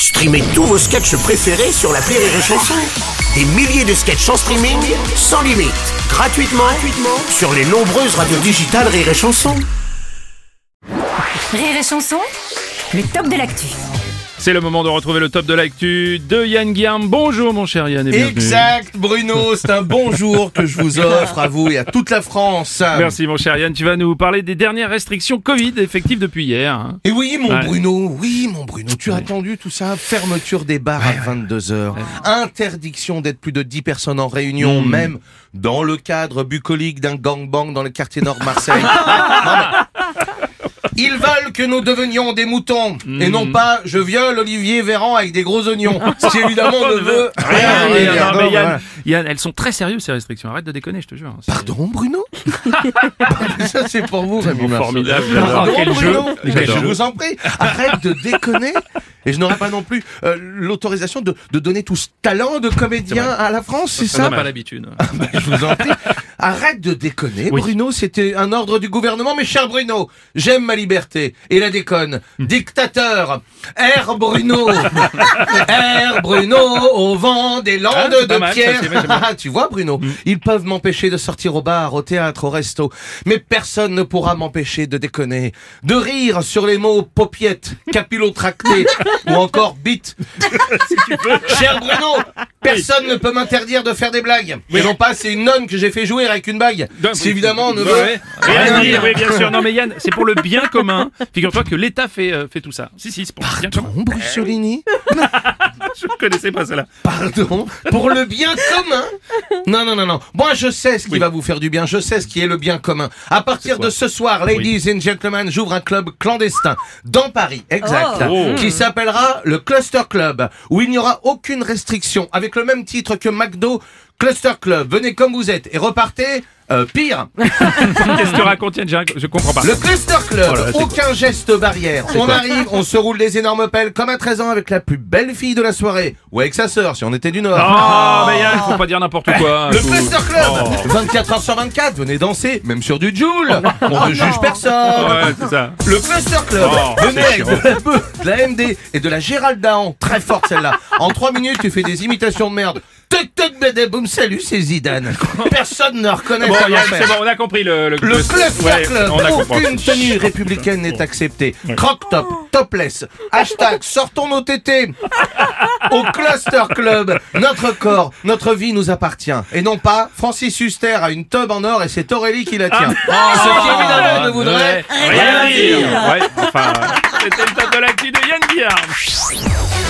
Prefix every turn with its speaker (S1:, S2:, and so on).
S1: Streamez tous vos sketchs préférés sur l'appli Rire et Chanson. Des milliers de sketchs en streaming, sans limite, gratuitement sur les nombreuses radios digitales Rire et Chanson.
S2: Rire et Chanson, le top de l'actu.
S3: C'est le moment de retrouver le top de l'actu de Yann Guillaume. Bonjour mon cher Yann et bienvenue.
S4: Exact Bruno, c'est un bonjour que je vous offre à vous et à toute la France.
S3: Merci mon cher Yann, tu vas nous parler des dernières restrictions Covid effectives depuis hier. Hein.
S4: Et oui mon
S3: Ouais.
S4: Bruno, tu as entendu tout ça. Fermeture des bars à 22h, interdiction d'être plus de 10 personnes en réunion, même dans le cadre bucolique d'un gangbang dans le quartier nord Marseille. Ils veulent que nous devenions des moutons et non pas je viole Olivier Véran avec des gros oignons. Ce qui évidemment ne veut rien dire.
S3: Non, mais
S4: Voilà.
S3: Yann, elles sont très sérieuses ces restrictions. Arrête de déconner, je te jure. C'est-
S4: Pardon Bruno. Ça c'est pour vous Rémi Marceau.
S3: Formidable.
S4: Pardon
S3: Quel jeu.
S4: Bruno.
S3: Quel
S4: Je
S3: jeu.
S4: vous en prie, arrête de déconner. Et je n'aurai pas non plus l'autorisation de donner tout ce talent de comédien à la France, c'est
S3: On
S4: ça
S3: n'a pas l'habitude.
S4: Je vous en prie. Arrête de déconner,
S3: Oui.
S4: Bruno, c'était un ordre du gouvernement, mais cher Bruno, j'aime ma liberté et la déconne. Dictateur, Air Bruno, Air Bruno, au vent des landes
S3: Ah, c'est pas
S4: de
S3: mal,
S4: pierre.
S3: ça, c'est bien, c'est bien.
S4: Ah, tu vois Bruno, ils peuvent m'empêcher de sortir au bar, au théâtre, au resto, mais personne ne pourra m'empêcher de déconner, de rire sur les mots paupiette, capillotracté ou encore bite. Cher Bruno, personne ne peut m'interdire de faire des blagues. Mais non pas, c'est une nonne que j'ai fait jouer avec une bague. C'est évidemment ne veut
S3: Ouais.
S4: rien dire.
S3: Oui, bien sûr. Non, mais Yann, c'est pour le bien commun. Figure-toi que l'État fait tout ça. Si, c'est pour le bien commun.
S4: Pardon, Brussolini?
S3: Je ne connaissais pas cela.
S4: Pardon? Pour le bien commun? Non. Moi, je sais ce qui va vous faire du bien. Je sais ce qui est le bien commun. À partir de ce soir, ladies and gentlemen, j'ouvre un club clandestin dans Paris. Exact.
S3: Oh.
S4: Qui s'appellera le Cluster Club, où il n'y aura aucune restriction, avec le même titre que McDo. Cluster Club, venez comme vous êtes et repartez pire.
S3: Qu'est-ce que raconte Yann? Je comprends pas.
S4: Le Cluster Club,
S3: Oh là là, c'est
S4: aucun geste barrière. On arrive, on se roule des énormes pelles comme à 13 ans avec la plus belle fille de la soirée. Ou avec sa sœur si on était du Nord.
S3: Oh, mais Yann, faut pas dire n'importe quoi.
S4: Le
S3: Faut-
S4: Cluster Club,
S3: Oh.
S4: 24 heures sur 24, venez danser, même sur du Joule. On ne juge personne.
S3: Ouais, c'est ça.
S4: Le Cluster Club,
S3: Oh,
S4: venez
S3: c'est
S4: avec
S3: chiant.
S4: de la bœuf, de la MD et de la Gérald Dahan, très forte celle-là. En 3 minutes, tu fais des imitations de merde. Tuc tuc bédé boum, salut, c'est Zidane. Personne ne reconnaît
S3: Bon,
S4: comment
S3: Yann,
S4: faire.
S3: c'est bon, on a compris le
S4: Le Cluster
S3: Ouais,
S4: Club,
S3: on a compris.
S4: aucune tenue républicaine n'est acceptée. Croc-top, topless, hashtag sortons nos tétés. Au Cluster Club, notre corps, notre vie nous appartient. Et non pas, Francis Huster a une tub en or et c'est Aurélie qui la tient. Ce qui évidemment ne voudrait
S3: rien dire. Ouais, enfin, c'était le top de l'actu de Yann Guillaume.